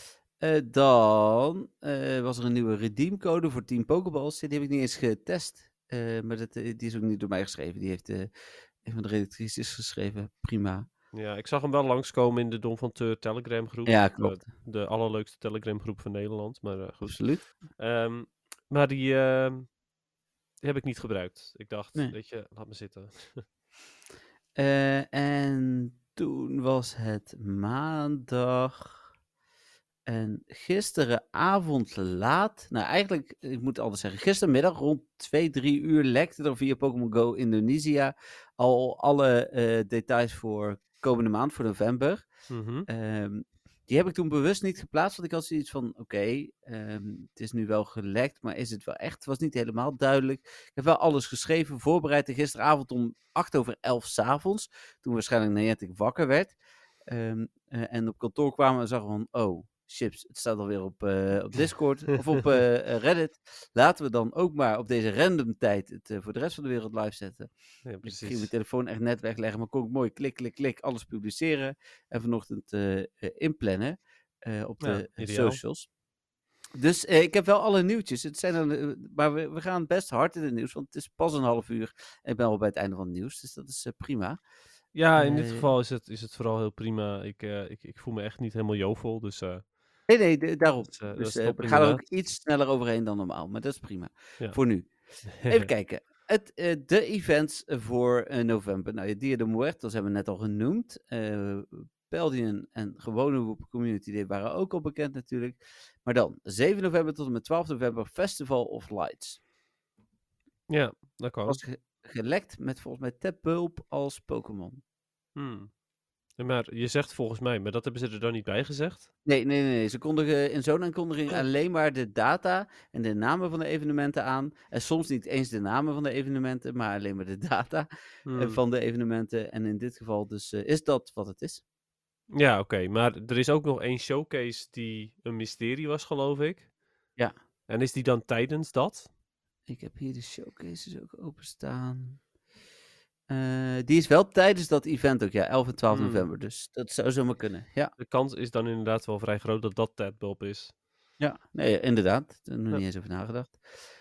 Dan was er een nieuwe redeemcode voor 10 Pokeballs. Die heb ik niet eens getest. Maar die is ook niet door mij geschreven. Die heeft een van de redactrices geschreven. Prima. Ja, ik zag hem wel langskomen in de Don van Teur Telegram groep. Ja, klopt. De allerleukste Telegram groep van Nederland. Maar goed. Absoluut. Maar die heb ik niet gebruikt. Ik dacht, weet je, laat me zitten. En toen was het maandag. En gisteravond laat, nou eigenlijk, ik moet altijd zeggen, gistermiddag rond 2-3 uur lekte er via Pokémon Go Indonesia al alle details voor komende maand, voor november. Die heb ik toen bewust niet geplaatst, want ik had zoiets van, oké, het is nu wel gelekt, maar is het wel echt? Het was niet helemaal duidelijk. Ik heb wel alles geschreven, voorbereid en gisteravond om 11:08 s'avonds, toen waarschijnlijk Niantic wakker werd. En op kantoor kwamen en zagen van, oh, chips, het staat alweer op Discord of op Reddit. Laten we dan ook maar op deze random tijd het voor de rest van de wereld live zetten. Ja, ik ging mijn telefoon echt net wegleggen, maar kon ik mooi klik, alles publiceren. En vanochtend inplannen op de socials. Dus ik heb wel alle nieuwtjes. Het zijn maar we gaan best hard in het nieuws, want het is pas een half uur. En ik ben al bij het einde van het nieuws, dus dat is prima. Ja, in dit geval is het vooral heel prima. Ik voel me echt niet helemaal jovel, dus... Nee, daarom. Dus we gaan er ook iets sneller overheen dan normaal, maar dat is prima. Ja. Voor nu. Even kijken. De events voor november. Nou, Dia de Muertos hebben we net al genoemd. Paldean en gewone Woep Community Day waren ook al bekend natuurlijk. Maar dan, 7 november tot en met 12 november, Festival of Lights. Ja, dat kan. Was gelekt met volgens mij Tapulp als Pokémon. Maar je zegt volgens mij, maar dat hebben ze er dan niet bij gezegd? Nee. Ze kondigen in zo'n aankondiging alleen maar de data en de namen van de evenementen aan. En soms niet eens de namen van de evenementen, maar alleen maar de data van de evenementen. En in dit geval dus is dat wat het is. Ja, oké. Maar er is ook nog één showcase die een mysterie was, geloof ik. Ja. En is die dan tijdens dat? Ik heb hier de showcases ook openstaan. Die is wel tijdens dat event ook, ja, 11 en 12 november. Dus dat zou zomaar kunnen, ja. De kans is dan inderdaad wel vrij groot dat dat Tadbulb is. Ja, nee, inderdaad. Daar heb ik nog niet eens over nagedacht.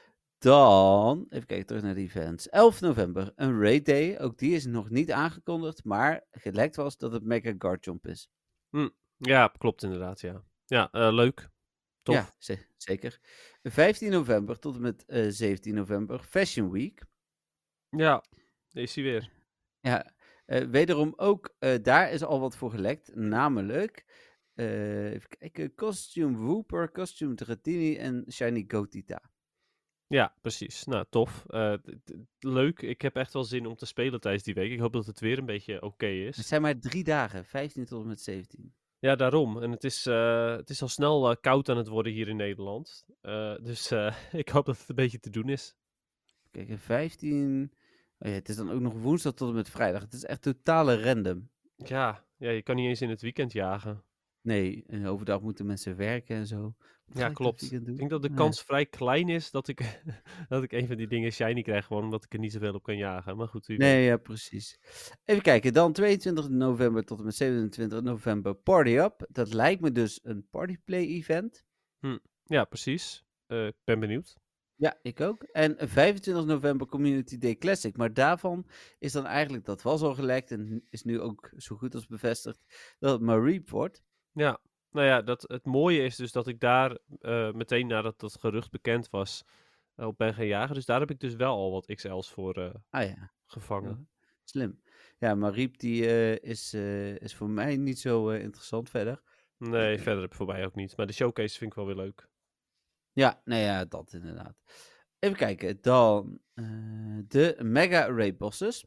Dan, even kijken, terug naar de events. 11 november, een Raid Day. Ook die is nog niet aangekondigd, maar gelekt was dat het Mega Garchomp is. Ja, klopt inderdaad, ja. Ja, leuk. Tof. Ja, zeker. 15 november tot en met 17 november, Fashion Week. Ja, is hij weer. Ja, wederom ook, daar is al wat voor gelekt. Namelijk, even kijken, Costume Wooper, Costume Dratini en Shiny Goatita. Ja, precies. Nou, tof. Leuk. Ik heb echt wel zin om te spelen tijdens die week. Ik hoop dat het weer een beetje oké is. Het zijn maar 3 dagen, 15 tot en met 17. Ja, daarom. En het is al snel koud aan het worden hier in Nederland. Dus ik hoop dat het een beetje te doen is. Kijk, 15... Oh ja, het is dan ook nog woensdag tot en met vrijdag. Het is echt totale random. Ja, je kan niet eens in het weekend jagen. Nee, en overdag moeten mensen werken en zo. Wat ga Ja, ik dat klopt. weekend Ik doen? denk dat de Ja. kans vrij klein is dat ik, dat ik een van die dingen shiny krijg, gewoon omdat ik er niet zoveel op kan jagen. Maar goed, wie weet. Nee, ja, precies. Even kijken, dan 22 november tot en met 27 november Party Up. Dat lijkt me dus een partyplay event. Ja, precies. Ik ben benieuwd. Ja, ik ook. En 25 november Community Day Classic. Maar daarvan is dan eigenlijk, dat was al gelekt en is nu ook zo goed als bevestigd, dat het maar Reap wordt. Ja, nou ja, het mooie is dus dat ik daar meteen nadat dat gerucht bekend was, op ben gaan jagen. Dus daar heb ik dus wel al wat XL's voor Ah ja, gevangen. ja, slim. Ja, maar Reap die is voor mij niet zo interessant verder. Nee, verder voor mij ook niet. Maar de showcase vind ik wel weer leuk. Ja, nou ja, dat inderdaad. Even kijken, dan de Mega Array Bosses.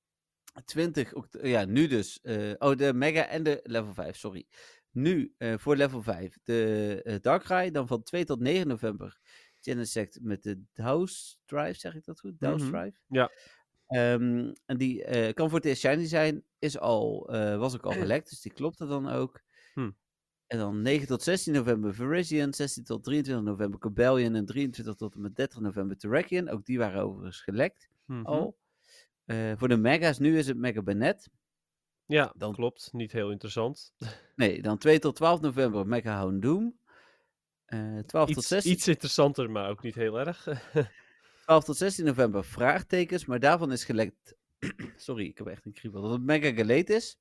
20 ja, nu dus. De Mega en de level 5, sorry. Nu voor level 5 de Darkrai, dan van 2 tot 9 november Genesect met de Douse Drive, zeg ik dat goed? Douse Drive? Ja. En die kan voor het eerst shiny zijn, was ook al gelekt, dus die klopt er dan ook. En dan 9 tot 16 november Virizion, 16 tot 23 november Cobalion en 23 tot en met 30 november Terrakion. Ook die waren overigens gelekt al. Voor de Mega's nu is het Mega Banette. Ja, klopt. Niet heel interessant. Nee, dan 2 tot 12 november Mega Houndoom. 12 tot 16... Iets interessanter, maar ook niet heel erg. 12 tot 16 november vraagtekens, maar daarvan is gelekt... Sorry, ik heb echt een kriebel. Dat het Mega Galate is.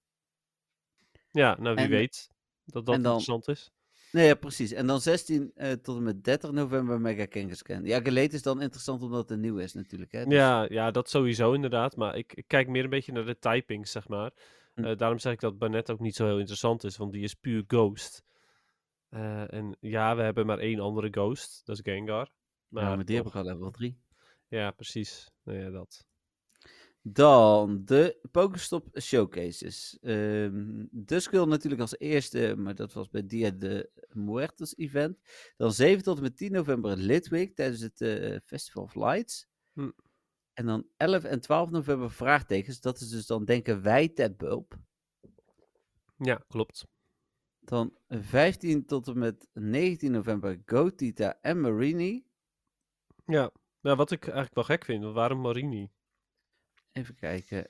Ja, nou wie weet dat dat interessant is. Nee, ja, precies. En dan 16 tot en met 30 november Mega Kangaskhan. Ja, Galate is dan interessant omdat het een nieuw is natuurlijk. Hè? Dus... Ja, dat sowieso inderdaad. Maar ik kijk meer een beetje naar de typings, zeg maar. Daarom zeg ik dat Banette ook niet zo heel interessant is, want die is puur Ghost. En ja, we hebben maar één andere Ghost, dat is Gengar. Maar die heb ik al level 3. Ja, precies. Nou ja, dat. Dan de Pokestop Showcases. De Skull natuurlijk als eerste, maar dat was bij Dia de Muertos event. Dan 7 tot en met 10 november Litwick tijdens het Festival of Lights. En dan 11 en 12 november vraagtekens. Dat is dus dan denken wij Tedbulb. Ja, klopt. Dan 15 tot en met 19 november Goatita en Marini. Ja, nou, wat ik eigenlijk wel gek vind, waarom Marini? Even kijken.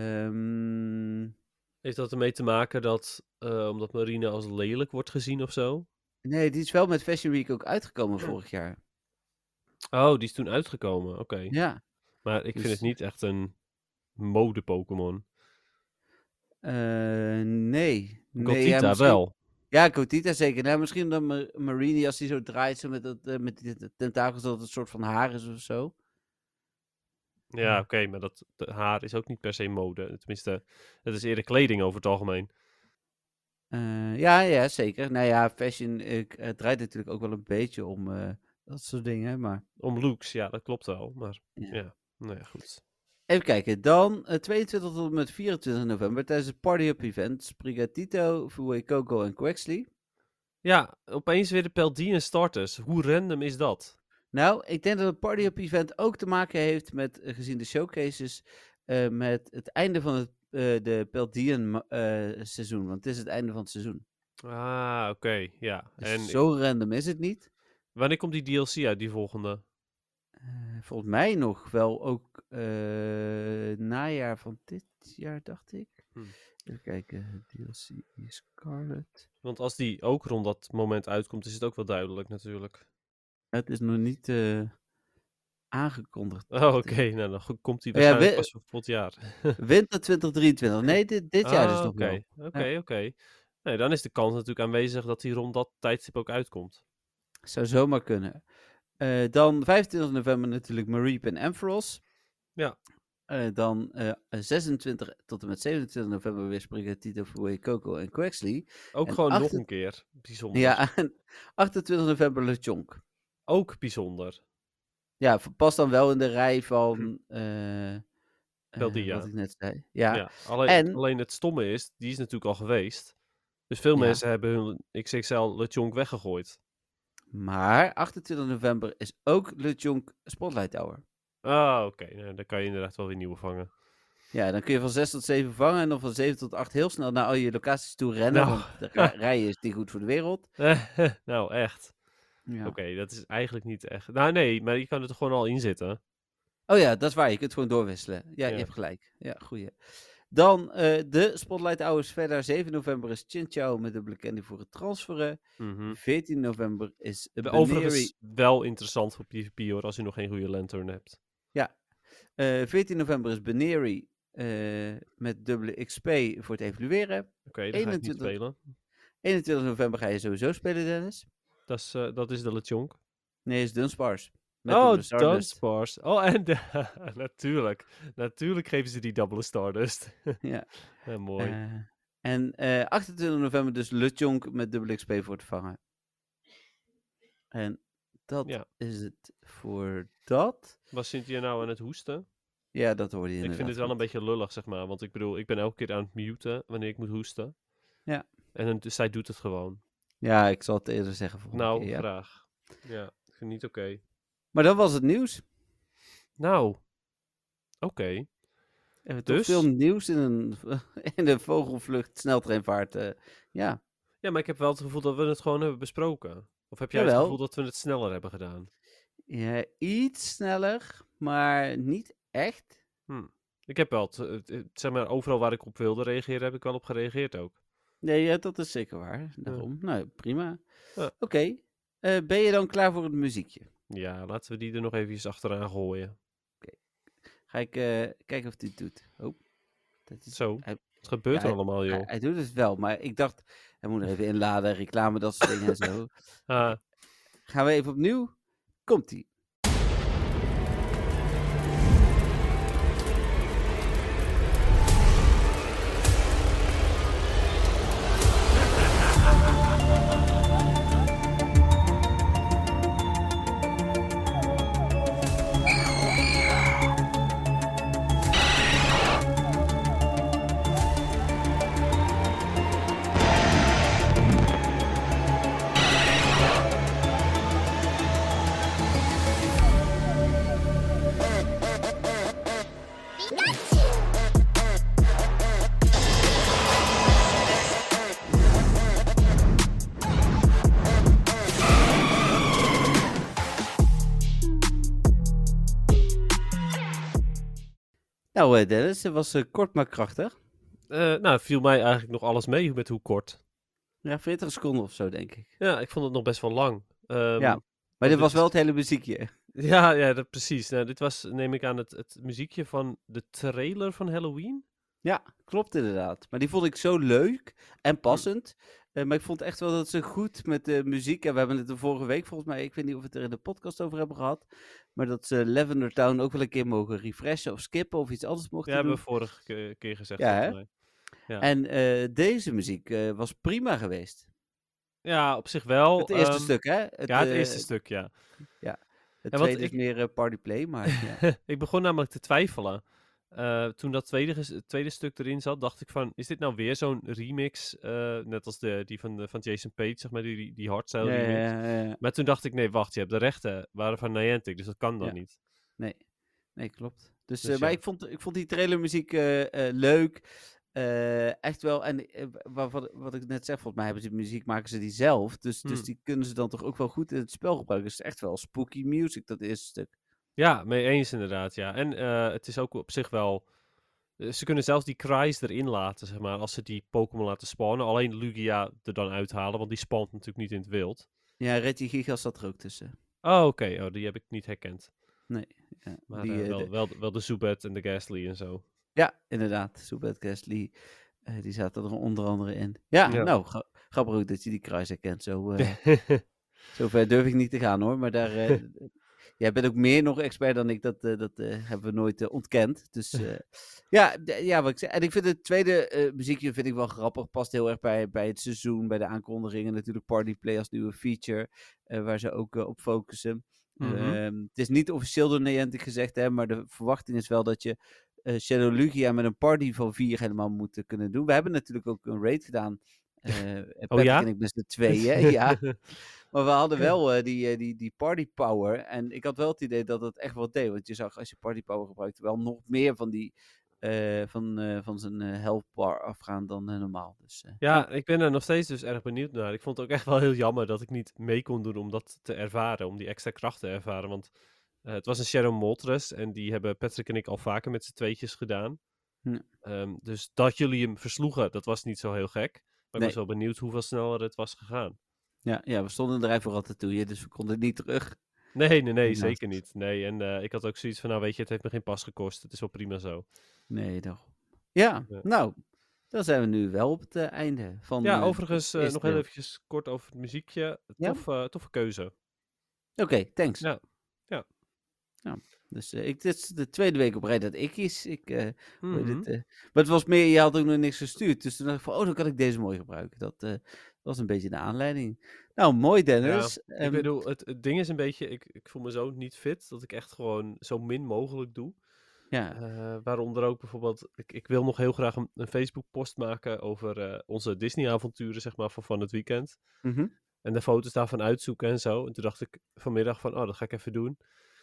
Heeft dat ermee te maken dat, omdat Marine als lelijk wordt gezien of zo? Nee, die is wel met Fashion Week ook uitgekomen vorig jaar. Oh, die is toen uitgekomen, oké. Ja. Maar ik vind het niet echt een mode-Pokémon. Nee. Gothita ja, wel. Ja, Gothita zeker. Nou, misschien dan Marini als die zo draait zo met die tentakels dat het een soort van haar is of zo. Ja, oké, maar dat haar is ook niet per se mode. Tenminste, het is eerder kleding over het algemeen. Ja, zeker. Nou ja, fashion het draait natuurlijk ook wel een beetje om dat soort dingen, maar... Om looks, ja, dat klopt wel. Maar ja, nou ja, goed. Even kijken, dan 22 tot en met 24 november tijdens het Party Up event Sprigatito, Fuecoco en Quaxley. Ja, opeens weer de Paldean starters. Hoe random is dat? Nou, ik denk dat het Party Up event ook te maken heeft met, gezien de showcases, met het einde van de Paldean seizoen. Want het is het einde van het seizoen. Ah, oké, ja. Dus en zo random is het niet. Wanneer komt die DLC uit, die volgende? Volgens mij nog wel ook najaar van dit jaar, dacht ik. Even kijken, DLC Scarlet. Want als die ook rond dat moment uitkomt, is het ook wel duidelijk natuurlijk. Het is nog niet aangekondigd. Oh, oké. Nou, dan komt die waarschijnlijk pas voor volgend jaar. Winter 2023. Nee, dit jaar is nog wel. Oké. Nee, dan is de kans natuurlijk aanwezig dat hij rond dat tijdstip ook uitkomt. Zou zomaar kunnen. Dan 25 november natuurlijk Mareep en Ampharos. Ja. Dan 26 tot en met 27 november weer Sprigatito, Fuecoco en Quaxley. Ook en gewoon nog een keer bijzonder. Ja, en 28 november Lechonk. Ook bijzonder. Ja, past dan wel in de rij van wat ik net zei. Ja. Alleen het stomme is, die is natuurlijk al geweest. Dus veel mensen hebben hun XXL Lechonk weggegooid. Maar 28 november is ook Lechonk Spotlight Hour. Ah, oké. Nou, dan kan je inderdaad wel weer nieuwe vangen. Ja, dan kun je van 6 tot 7 vangen en dan van 7 tot 8 heel snel naar al je locaties toe rennen. Nou. Want rijden is niet goed voor de wereld. Nou, echt. Ja. Oké, dat is eigenlijk niet echt... Nou, nee, maar je kan er toch gewoon al in zitten? Oh ja, dat is waar. Je kunt gewoon doorwisselen. Ja, Ja. je hebt gelijk. Ja, goeie. Dan de Spotlight Hours verder. 7 november is Chin Chow met dubbele candy voor het transferen. 14 november is Overigens wel interessant voor PvP hoor, als je nog geen goede lantern hebt. Ja. 14 november is Beneri met dubbele XP voor het evalueren. Oké, dat ga ik niet spelen. 21 november ga je sowieso spelen, Dennis. Dat is de LeChonk. Nee, is Dunsparce. Dunsparce. Oh, en natuurlijk. Natuurlijk geven ze die dubbele Stardust. Ja. Mooi. En 28 november dus LeChonk met dubbele XP voor te vangen. En dat is het voor dat. Was Cynthia nou aan het hoesten? Ja, dat hoorde je inderdaad. Ik vind het wel een beetje lullig, zeg maar. Want ik bedoel, ik ben elke keer aan het muten wanneer ik moet hoesten. Ja. En zij doet het gewoon. Ja, ik zal het eerder zeggen volgende keer, ja. Graag. Ja, ik vind niet oké. Maar dat was het nieuws. Nou, oké. Er is toch veel nieuws in de vogelvlucht, sneltreinvaart. Ja. Ja, maar ik heb wel het gevoel dat we het gewoon hebben besproken. Of heb jij het gevoel dat we het sneller hebben gedaan? Ja, iets sneller, maar niet echt. Ik heb wel, zeg maar, overal waar ik op wilde reageren, heb ik wel op gereageerd ook. Nee, ja, dat is zeker waar. Daarom. Ja. Nou, prima. Ja. Oké. Ben je dan klaar voor het muziekje? Ja, laten we die er nog even achteraan gooien. Oké. Ga ik kijken of hij het doet. Oh. Dat is, Zo, wat gebeurt er allemaal, joh? Hij doet het wel, maar ik dacht, hij moet er even inladen, reclame, dat soort dingen en zo. Gaan we even opnieuw? Komt-ie. Nou, Dennis, het was kort maar krachtig. Nou, viel mij eigenlijk nog alles mee met hoe kort. Ja, 40 seconden of zo, denk ik. Ja, ik vond het nog best wel lang. Ja, maar dit was wel het hele muziekje. Ja, precies. Nou, dit was, neem ik aan, het muziekje van de trailer van Halloween. Ja, klopt inderdaad. Maar die vond ik zo leuk en passend. Maar ik vond echt wel dat ze goed met de muziek... En we hebben het de vorige week volgens mij... Ik weet niet of we het er in de podcast over hebben gehad. Maar dat ze Lavender Town ook wel een keer mogen refreshen of skippen of iets anders mochten doen. Ja, hebben we vorige keer gezegd. Ja, hè? Ja. En deze muziek was prima geweest. Ja, op zich wel. Het eerste stuk, hè? Het eerste stuk, ja. Ja, het tweede is meer partyplay, maar... Ja. Ik begon namelijk te twijfelen. Toen dat tweede stuk erin zat, dacht ik van... Is dit nou weer zo'n remix? Net als die van Jason Page, zeg maar, die hardstyle remix. Ja. Maar toen dacht ik, nee, wacht, je hebt de rechten waren van Niantic, dus dat kan dan niet. Nee, klopt. Dus maar ik vond die trailermuziek leuk. Echt wel. En wat ik net zeg, volgens mij hebben ze muziek, maken ze die zelf. Dus die kunnen ze dan toch ook wel goed in het spel gebruiken. Dus het is echt wel spooky music, dat eerste stuk. Ja, mee eens inderdaad, ja. En het is ook op zich wel... Ze kunnen zelfs die cries erin laten, zeg maar, als ze die Pokémon laten spawnen. Alleen Lugia er dan uithalen, want die spawnt natuurlijk niet in het wild. Ja, Regigigas zat er ook tussen. Oh, oké. Oh, die heb ik niet herkend. Nee. Ja, maar wel de Zubat en de Ghastly en zo. Ja, inderdaad. Zubat, Ghastly, die zaten er onder andere in. Ja. Nou, grappig ook dat je die cries herkent. Zo ver durf ik niet te gaan, hoor. Maar daar... Jij bent ook meer nog expert dan ik, dat hebben we nooit ontkend. Dus wat ik zeg. En ik vind het tweede muziekje vind ik wel grappig. Past heel erg bij het seizoen, bij de aankondigingen. Natuurlijk Partyplay als nieuwe feature, waar ze ook op focussen. Het is niet officieel door Niantic gezegd, hè, maar de verwachting is wel dat je Shadow Lugia met een party van 4 helemaal moet kunnen doen. We hebben natuurlijk ook een raid gedaan. En ik ben z'n tweeën, ja. Maar we hadden wel die party power. En ik had wel het idee dat het echt wat deed. Want je zag, als je party power gebruikte, wel nog meer van die van zijn health bar afgaan dan normaal. Dus, Ja, ik ben er nog steeds dus erg benieuwd naar. Ik vond het ook echt wel heel jammer dat ik niet mee kon doen om dat te ervaren. Om die extra kracht te ervaren. Want het was een Shadow Moltres. En die hebben Patrick en ik al vaker met z'n tweetjes gedaan. Dus dat jullie hem versloegen, dat was niet zo heel gek. Maar ik was wel benieuwd hoeveel sneller het was gegaan. Ja, we stonden er even ratatouille, dus we konden niet terug. Nee, zeker niet. Nee, en ik had ook zoiets van, nou weet je, het heeft me geen pas gekost. Het is wel prima zo. Nee, toch. Ja, nou, dan zijn we nu wel op het einde van... Ja, overigens nog heel eventjes kort over het muziekje. Toffe keuze. Oké, thanks. Ja. Dus dit is de tweede week op rij dat ik kies. Maar het was meer, je had ook nog niks gestuurd. Dus toen dacht ik van, dan kan ik deze mooi gebruiken. Dat was een beetje de aanleiding. Nou, mooi Dennis. Ja, ik bedoel, het ding is een beetje, ik voel me zo niet fit, dat ik echt gewoon zo min mogelijk doe. Ja. Waaronder ook bijvoorbeeld, ik wil nog heel graag een Facebook post maken over onze Disney avonturen, zeg maar, van het weekend. En de foto's daarvan uitzoeken en zo. En toen dacht ik vanmiddag van, dat ga ik even doen.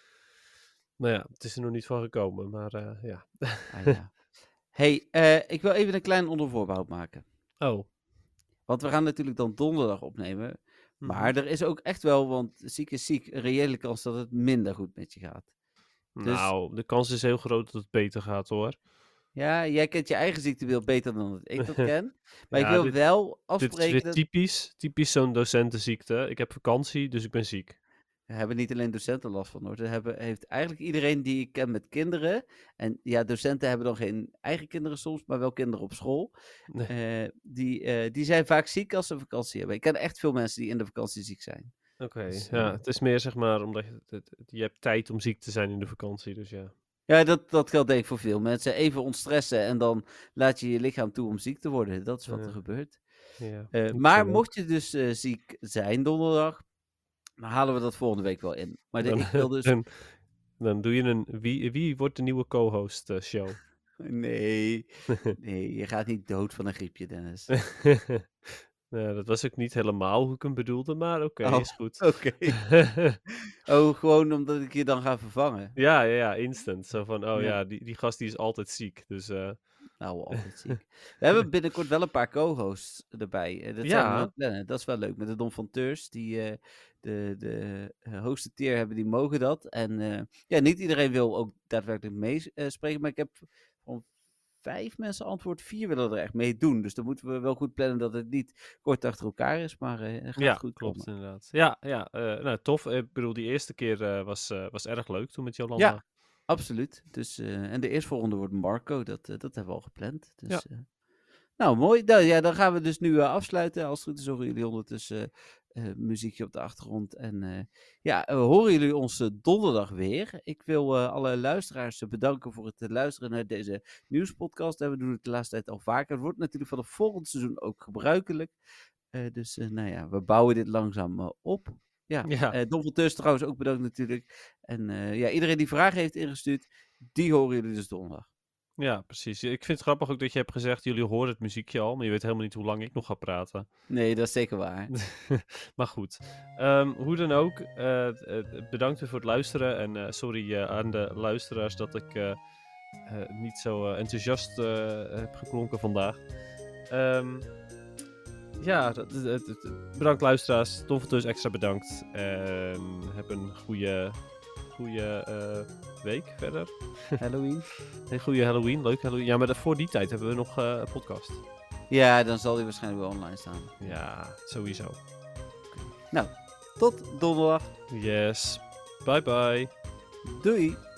Nou ja, het is er nog niet van gekomen, maar ja. Hey, ik wil even een klein ondervoorbehoud maken. Oh. Want we gaan natuurlijk dan donderdag opnemen. Maar er is ook echt wel, want ziek is ziek, een reële kans dat het minder goed met je gaat. Dus... Nou, de kans is heel groot dat het beter gaat, hoor. Ja, jij kent je eigen ziektebeeld beter dan dat ik dat ken. Maar ik wil wel afspreken... Dit is typisch zo'n docentenziekte. Ik heb vakantie, dus ik ben ziek. We hebben niet alleen docenten last van, hoor. Heeft eigenlijk iedereen die ik ken met kinderen. En ja, docenten hebben dan geen eigen kinderen soms, maar wel kinderen op school. Nee. Die zijn vaak ziek als ze vakantie hebben. Ik ken echt veel mensen die in de vakantie ziek zijn. Oké, dus, het is meer zeg maar omdat je hebt tijd om ziek te zijn in de vakantie, dus ja. Ja, dat geldt denk ik voor veel mensen. Even ontstressen en dan laat je je lichaam toe om ziek te worden. Dat is wat er gebeurt. Ja, maar mocht je dus ziek zijn donderdag, dan halen we dat volgende week wel in. Maar ik wil dus... Dan doe je een... Wie wordt de nieuwe co-host show? Nee, je gaat niet dood van een griepje, Dennis. Nou, dat was ook niet helemaal hoe ik hem bedoelde, maar oké, is goed. Oké. Gewoon omdat ik je dan ga vervangen? Ja, instant. Zo van, die gast die is altijd ziek, dus... Nou, altijd ziek. We hebben binnenkort wel een paar co-hosts erbij. Dat zijn we aan het plannen. Dat is wel leuk. Met de Don van Teurs, die de hoogste tier hebben, die mogen dat. En niet iedereen wil ook daadwerkelijk meespreken, maar ik heb van 5 mensen antwoord, 4 willen er echt mee doen. Dus dan moeten we wel goed plannen dat het niet kort achter elkaar is, maar het gaat goed klopt komen. Inderdaad. Ja, nou tof. Ik bedoel, die eerste keer was erg leuk toen met Jolanda. Ja, absoluut. Dus, en de eerstvolgende wordt Marco, dat hebben we al gepland. Dus, nou, mooi. Dan gaan we dus nu afsluiten. Als het goed is, horen jullie ondertussen muziekje op de achtergrond. En horen jullie ons donderdag weer. Ik wil alle luisteraars bedanken voor het luisteren naar deze nieuwspodcast. We doen het de laatste tijd al vaker. Het wordt natuurlijk van het volgende seizoen ook gebruikelijk. Dus we bouwen dit langzaam op. Don van Teurs trouwens ook bedankt natuurlijk. En iedereen die vragen heeft ingestuurd, die horen jullie dus donderdag. Ja, precies. Ik vind het grappig ook dat je hebt gezegd, jullie horen het muziekje al, maar je weet helemaal niet hoe lang ik nog ga praten. Nee, dat is zeker waar. Maar goed. Hoe dan ook, bedankt weer voor het luisteren. En sorry aan de luisteraars dat ik niet zo enthousiast heb geklonken vandaag. Bedankt luisteraars. Don van Teurs extra bedankt. En heb een goede week verder. Halloween. Een goede Halloween, leuk Halloween. Ja, maar voor die tijd hebben we nog een podcast. Ja, dan zal die waarschijnlijk wel online staan. Ja, sowieso. Nou, tot donderdag. Yes. Bye bye. Doei.